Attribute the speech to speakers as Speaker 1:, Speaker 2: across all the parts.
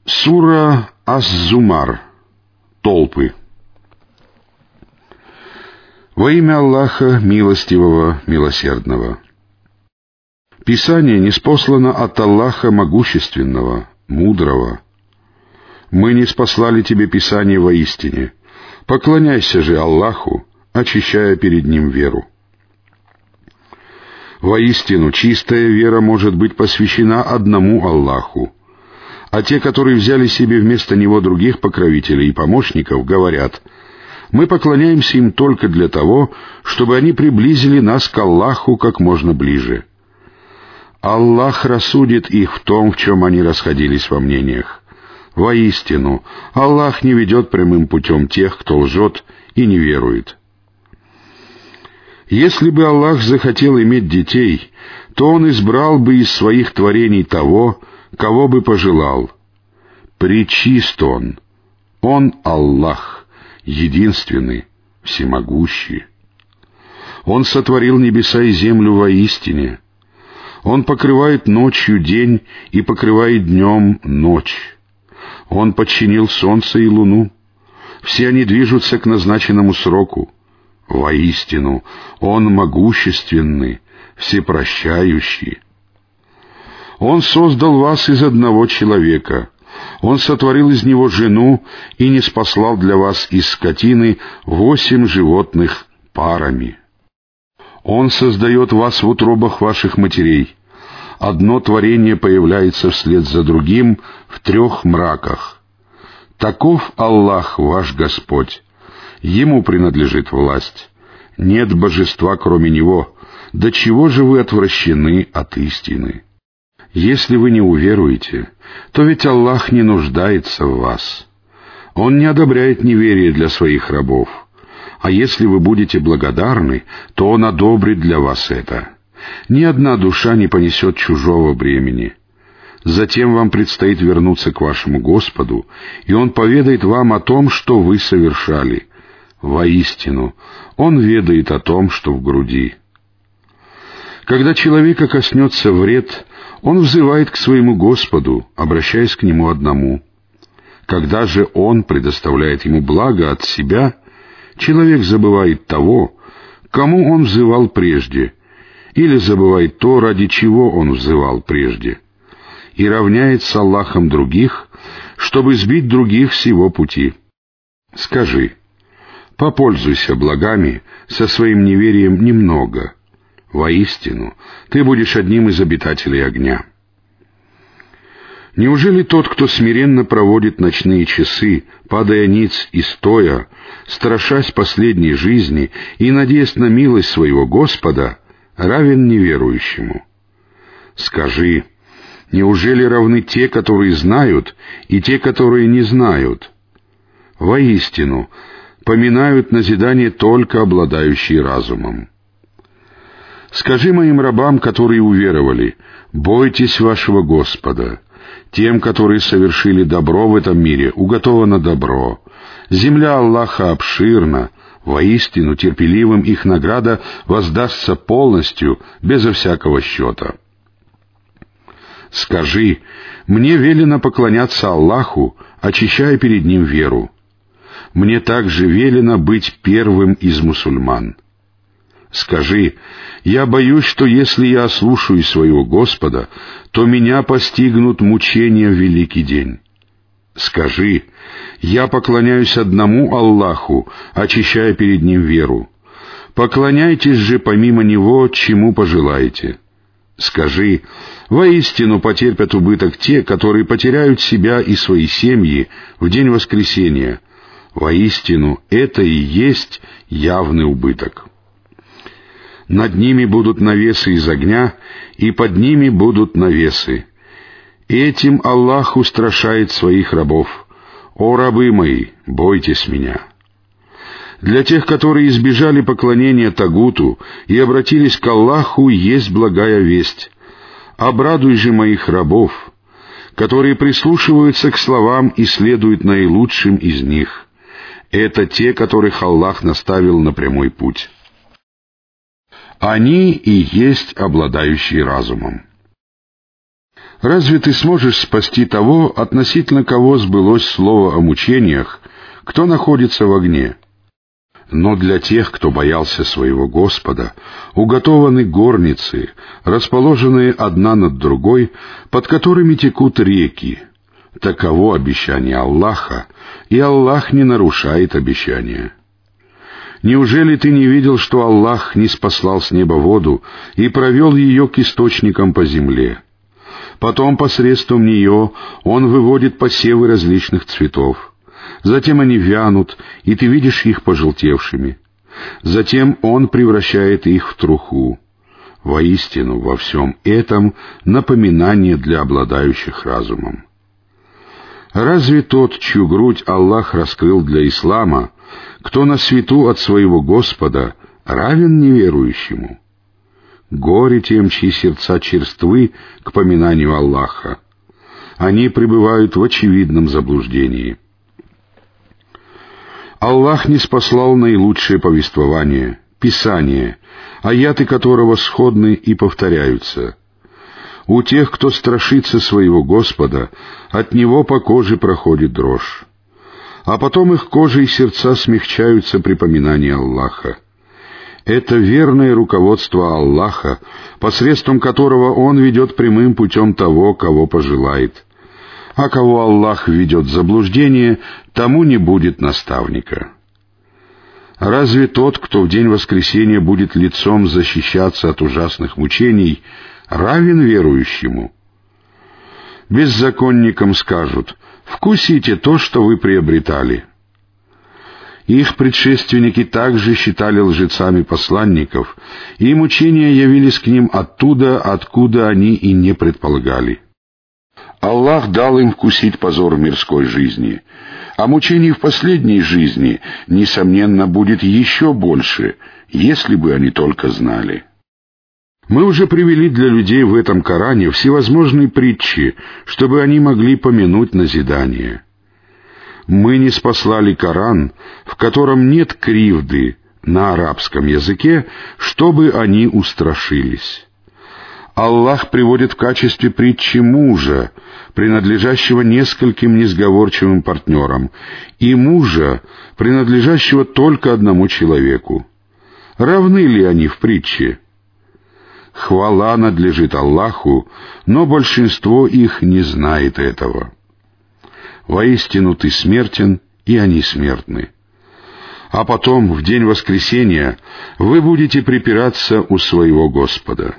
Speaker 1: Сура Ас-Зумар. Толпы. Во имя Аллаха, милостивого, милосердного. Писание ниспослано от Аллаха могущественного, мудрого. Мы ниспослали тебе Писание воистине. Поклоняйся же Аллаху, очищая перед Ним веру. Воистину, чистая вера может быть посвящена одному Аллаху, а те, которые взяли себе вместо Него других покровителей и помощников, говорят: мы поклоняемся им только для того, чтобы они приблизили нас к Аллаху как можно ближе. Аллах рассудит их в том, в чем они расходились во мнениях. Воистину, Аллах не ведет прямым путем тех, кто лжет и не верует. Если бы Аллах захотел иметь детей, то Он избрал бы из своих творений того, кого бы пожелал. Пречист Он Аллах, единственный, всемогущий. Он сотворил небеса и землю воистине. Он покрывает ночью день и покрывает днем ночь. Он подчинил солнце и луну. Все они движутся к назначенному сроку. Воистину, Он могущественный, всепрощающий. Он создал вас из одного человека. Он сотворил из него жену и ниспослал для вас из скотины 8 животных парами. Он создает вас в утробах ваших матерей. Одно творение появляется вслед за другим в 3 мраках. Таков Аллах, ваш Господь. Ему принадлежит власть. Нет божества, кроме Него. До чего же вы отвращены от истины? Если вы не уверуете, то ведь Аллах не нуждается в вас. Он не одобряет неверие для своих рабов. А если вы будете благодарны, то Он одобрит для вас это. Ни одна душа не понесет чужого бремени. Затем вам предстоит вернуться к вашему Господу, и Он поведает вам о том, что вы совершали. Воистину, Он ведает о том, что в груди. Когда человека коснется вред, он взывает к своему Господу, обращаясь к Нему одному. Когда же Он предоставляет ему благо от себя, человек забывает того, кому он взывал прежде, или забывает то, ради чего он взывал прежде, и равняет с Аллахом других, чтобы сбить других с его пути. Скажи: попользуйся благами со своим неверием немного. Воистину, ты будешь одним из обитателей огня. Неужели тот, кто смиренно проводит ночные часы, падая ниц и стоя, страшась последней жизни и надеясь на милость своего Господа, равен неверующему? Скажи: неужели равны те, которые знают, и те, которые не знают? Воистину, поминают назидание только обладающие разумом. Скажи моим рабам, которые уверовали: бойтесь вашего Господа. Тем, которые совершили добро в этом мире, уготовано добро. Земля Аллаха обширна. Воистину, терпеливым их награда воздастся полностью, безо всякого счета. Скажи: мне велено поклоняться Аллаху, очищая перед Ним веру. Мне также велено быть первым из мусульман. Скажи: я боюсь, что если я ослушаюсь своего Господа, то меня постигнут мучения в великий день. Скажи: я поклоняюсь одному Аллаху, очищая перед Ним веру. Поклоняйтесь же помимо Него, чему пожелаете. Скажи: воистину потерпят убыток те, которые потеряют себя и свои семьи в день воскресения. Воистину, это и есть явный убыток. Над ними будут навесы из огня, и под ними будут навесы. Этим Аллах устрашает своих рабов. О рабы мои, бойтесь Меня. Для тех, которые избежали поклонения Тагуту и обратились к Аллаху, есть благая весть. Обрадуй же моих рабов, которые прислушиваются к словам и следуют наилучшим из них. Это те, которых Аллах наставил на прямой путь. Они и есть обладающие разумом. Разве ты сможешь спасти того, относительно кого сбылось слово о мучениях, кто находится в огне? Но для тех, кто боялся своего Господа, уготованы горницы, расположенные одна над другой, под которыми текут реки. Таково обещание Аллаха, и Аллах не нарушает обещания. Неужели ты не видел, что Аллах ниспослал с неба воду и провел ее к источникам по земле? Потом посредством нее Он выводит посевы различных цветов. Затем они вянут, и ты видишь их пожелтевшими. Затем Он превращает их в труху. Воистину, во всем этом напоминание для обладающих разумом. Разве тот, чью грудь Аллах раскрыл для ислама, кто на свету от своего Господа, равен неверующему? Горе тем, чьи сердца черствы к поминанию Аллаха. Они пребывают в очевидном заблуждении. Аллах ниспослал наилучшее повествование, Писание, аяты которого сходны и повторяются. У тех, кто страшится своего Господа, от Него по коже проходит дрожь. А потом их кожа и сердца смягчаются при поминании Аллаха. Это верное руководство Аллаха, посредством которого Он ведет прямым путем того, кого пожелает. А кого Аллах введет в заблуждение, тому не будет наставника. Разве тот, кто в день воскресения будет лицом защищаться от ужасных мучений, равен верующему? Беззаконникам скажут: «Вкусите то, что вы приобретали». Их предшественники также считали лжецами посланников, и мучения явились к ним оттуда, откуда они и не предполагали. Аллах дал им вкусить позор мирской жизни, а мучений в последней жизни, несомненно, будет еще больше, если бы они только знали. Мы уже привели для людей в этом Коране всевозможные притчи, чтобы они могли помянуть назидание. Мы ниспослали Коран, в котором нет кривды, на арабском языке, чтобы они устрашились. Аллах приводит в качестве притчи мужа, принадлежащего нескольким несговорчивым партнерам, и мужа, принадлежащего только одному человеку. Равны ли они в притче? Хвала надлежит Аллаху, но большинство их не знает этого. Воистину ты смертен, и они смертны. А потом, в день воскресения, вы будете припираться у своего Господа.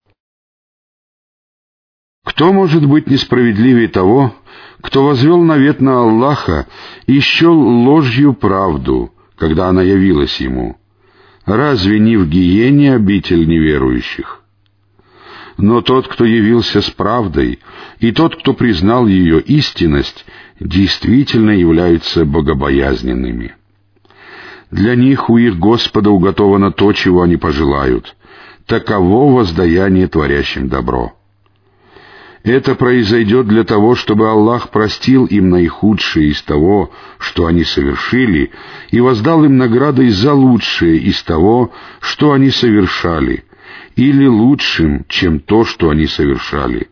Speaker 1: Кто может быть несправедливее того, кто возвел навет на Аллаха и счел ложью правду, когда она явилась ему? Разве не в гиене обитель неверующих? Но тот, кто явился с правдой, и тот, кто признал ее истинность, действительно являются богобоязненными. Для них у их Господа уготовано то, чего они пожелают. Таково воздаяние творящим добро. Это произойдет для того, чтобы Аллах простил им наихудшее из того, что они совершили, и воздал им наградой за лучшее из того, что они совершали, или лучшим, чем то, что они совершали.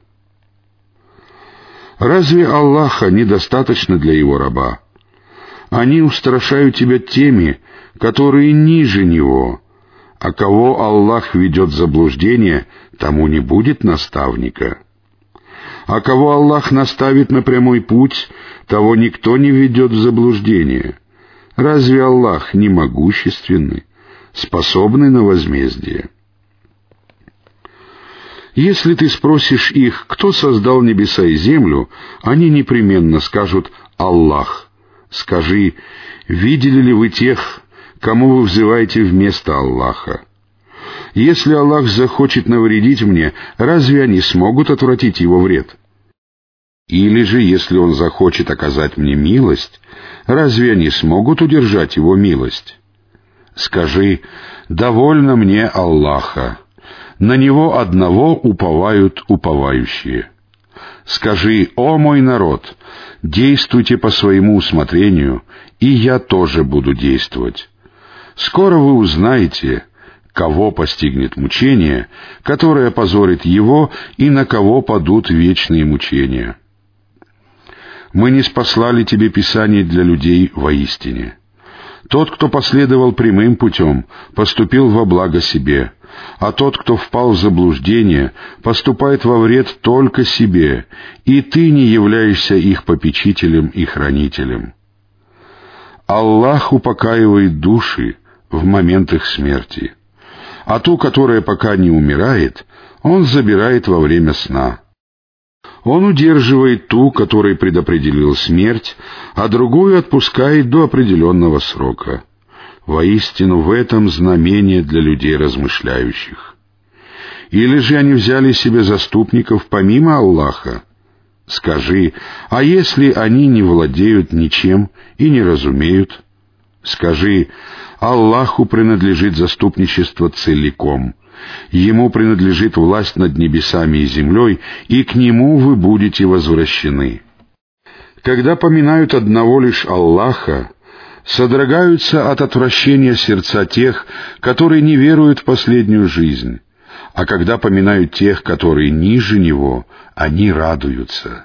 Speaker 1: Разве Аллаха недостаточно для его раба? Они устрашают тебя теми, которые ниже него, а кого Аллах ведет в заблуждение, тому не будет наставника. А кого Аллах наставит на прямой путь, того никто не ведет в заблуждение. Разве Аллах не могущественный, способный на возмездие? Если ты спросишь их, кто создал небеса и землю, они непременно скажут: Аллах. Скажи: видели ли вы тех, кому вы взываете вместо Аллаха? Если Аллах захочет навредить мне, разве они смогут отвратить его вред? Или же, если Он захочет оказать мне милость, разве они смогут удержать его милость? Скажи: довольно мне Аллаха. На Него одного уповают уповающие. Скажи: о мой народ, действуйте по своему усмотрению, и я тоже буду действовать. Скоро вы узнаете, кого постигнет мучение, которое позорит его, и на кого падут вечные мучения. Мы ниспослали тебе Писание для людей воистине. Тот, кто последовал прямым путем, поступил во благо себе, а тот, кто впал в заблуждение, поступает во вред только себе, и ты не являешься их попечителем и хранителем. Аллах упокаивает души в момент их смерти, а ту, которая пока не умирает, Он забирает во время сна. Он удерживает ту, которой предопределил смерть, а другую отпускает до определенного срока. Воистину, в этом знамение для людей размышляющих. Или же они взяли себе заступников помимо Аллаха? Скажи, а если они не владеют ничем и не разумеют? Скажи, Аллаху принадлежит заступничество целиком. Ему принадлежит власть над небесами и землей, и к Нему вы будете возвращены. Когда поминают одного лишь Аллаха, содрогаются от отвращения сердца тех, которые не веруют в последнюю жизнь, а когда поминают тех, которые ниже Него, они радуются.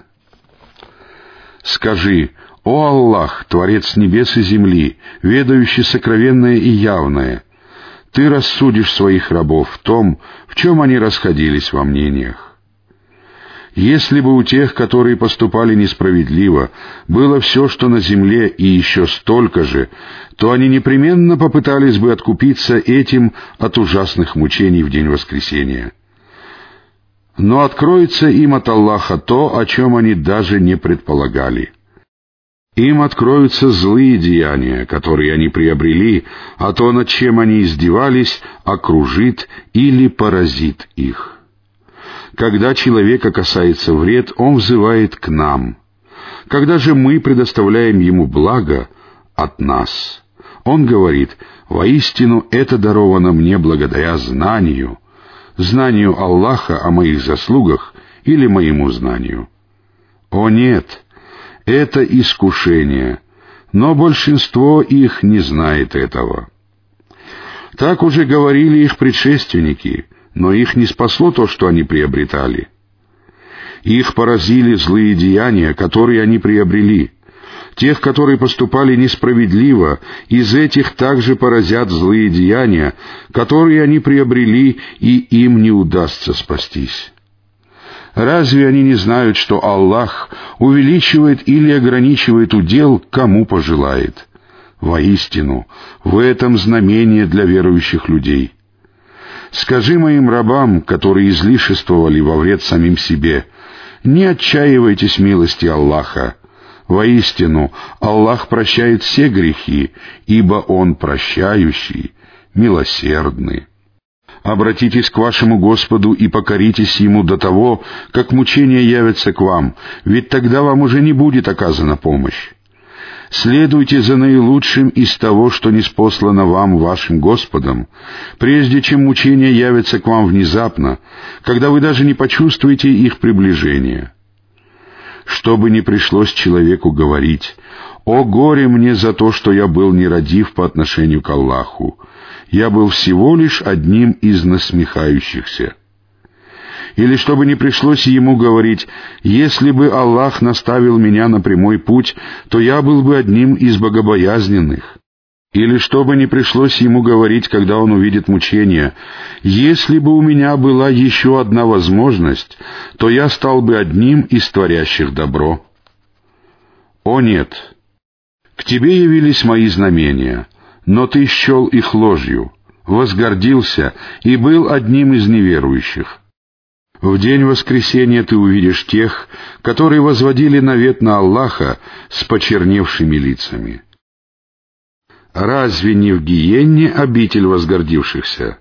Speaker 1: Скажи, «О Аллах, Творец небес и земли, ведающий сокровенное и явное, Ты рассудишь своих рабов в том, в чем они расходились во мнениях. Если бы у тех, которые поступали несправедливо, было все, что на земле, и еще столько же, то они непременно попытались бы откупиться этим от ужасных мучений в день воскресения. Но откроется им от Аллаха то, о чем они даже не предполагали. Им откроются злые деяния, которые они приобрели, а то, над чем они издевались, окружит или поразит их. Когда человека касается вред, он взывает к нам. Когда же мы предоставляем ему благо от нас, он говорит: «Воистину это даровано мне благодаря знанию Аллаха о моих заслугах или моему знанию». О нет! Это искушение, но большинство их не знает этого. Так уже говорили их предшественники, но их не спасло то, что они приобретали. Их поразили злые деяния, которые они приобрели. Тех, которые поступали несправедливо, из этих также поразят злые деяния, которые они приобрели, и им не удастся спастись. Разве они не знают, что Аллах увеличивает или ограничивает удел, кому пожелает? Воистину, в этом знамение для верующих людей. Скажи моим рабам, которые излишествовали во вред самим себе: не отчаивайтесь милости Аллаха. Воистину, Аллах прощает все грехи, ибо Он прощающий, милосердный. Обратитесь к вашему Господу и покоритесь Ему до того, как мучения явятся к вам, ведь тогда вам уже не будет оказана помощь. Следуйте за наилучшим из того, что ниспослано вам вашим Господом, прежде чем мучения явятся к вам внезапно, когда вы даже не почувствуете их приближения. Чтобы не пришлось человеку говорить: «О горе мне за то, что я был нерадив по отношению к Аллаху! Я был всего лишь одним из насмехающихся». Или чтобы не пришлось ему говорить: «Если бы Аллах наставил меня на прямой путь, то я был бы одним из богобоязненных». Или чтобы не пришлось ему говорить, когда он увидит мучения: «Если бы у меня была еще одна возможность, то я стал бы одним из творящих добро». О нет! К тебе явились мои знамения, но ты счел их ложью, возгордился и был одним из неверующих. В день воскресения ты увидишь тех, которые возводили навет на Аллаха с почерневшими лицами. Разве не в гиенне обитель возгордившихся?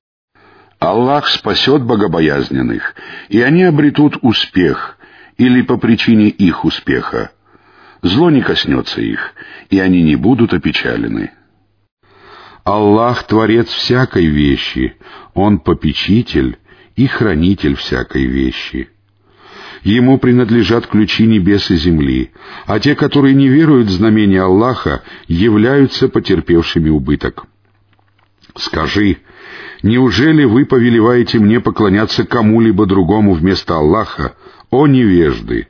Speaker 1: Аллах спасет богобоязненных, и они обретут успех, или по причине их успеха. Зло не коснется их, и они не будут опечалены. Аллах — Творец всякой вещи, Он попечитель и хранитель всякой вещи. Ему принадлежат ключи небес и земли, а те, которые не веруют в знамения Аллаха, являются потерпевшими убыток. Скажи: Неужели вы повелеваете мне поклоняться кому-либо другому вместо Аллаха, о невежды?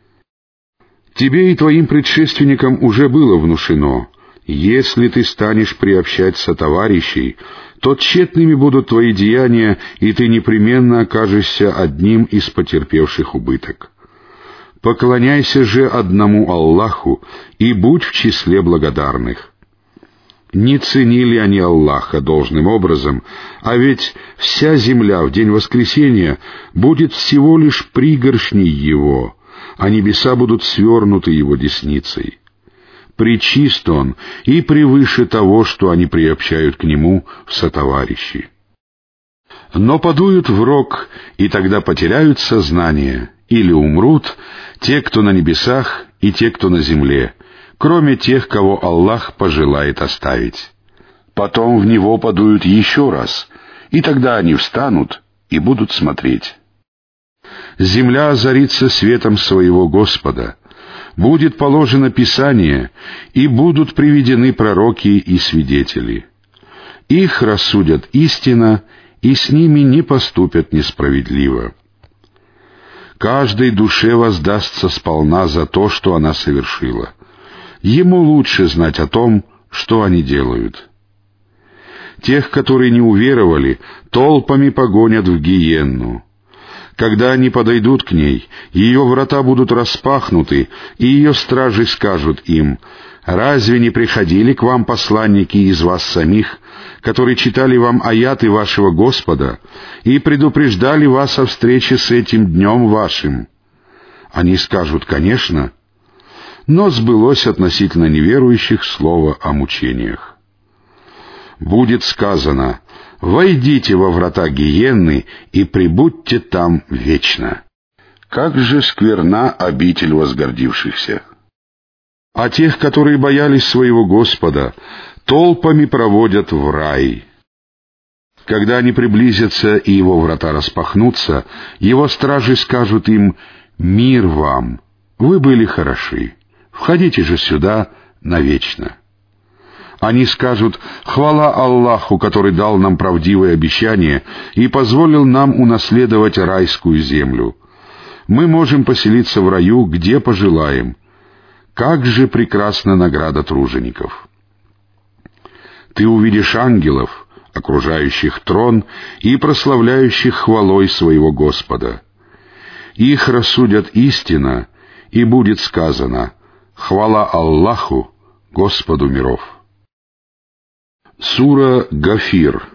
Speaker 1: Тебе и твоим предшественникам уже было внушено: если ты станешь приобщать сотоварищей, то тщетными будут твои деяния, и ты непременно окажешься одним из потерпевших убыток. Поклоняйся же одному Аллаху и будь в числе благодарных. Не ценили они Аллаха должным образом, а ведь вся земля в день воскресения будет всего лишь пригоршней Его, а небеса будут свернуты Его десницей. Пречист Он и превыше того, что они приобщают к Нему в сотоварищи. Но подуют в рог, и тогда потеряют сознание, или умрут те, кто на небесах, и те, кто на земле, кроме тех, кого Аллах пожелает оставить. Потом в него подуют еще раз, и тогда они встанут и будут смотреть. Земля озарится светом своего Господа, будет положено Писание, и будут приведены пророки и свидетели. Их рассудят истина, и с ними не поступят несправедливо. Каждой душе воздастся сполна за то, что она совершила. Ему лучше знать о том, что они делают. Тех, которые не уверовали, толпами погонят в гиенну. Когда они подойдут к ней, ее врата будут распахнуты, и ее стражи скажут им: «Разве не приходили к вам посланники из вас самих, которые читали вам аяты вашего Господа и предупреждали вас о встрече с этим днем вашим?» Они скажут: «Конечно», но сбылось относительно неверующих слово о мучениях. Будет сказано: «Войдите во врата гиенны и пребудьте там вечно». Как же скверна обитель возгордившихся! А тех, которые боялись своего Господа, толпами проводят в рай. Когда они приблизятся и его врата распахнутся, его стражи скажут им: «Мир вам! Вы были хороши. Входите же сюда навечно». Они скажут: «Хвала Аллаху, который дал нам правдивое обещание и позволил нам унаследовать райскую землю. Мы можем поселиться в раю, где пожелаем. Как же прекрасна награда тружеников!» Ты увидишь ангелов, окружающих трон и прославляющих хвалой своего Господа. Их рассудят истина, и будет сказано: «Хвала Аллаху, Господу миров». Сура Гафир.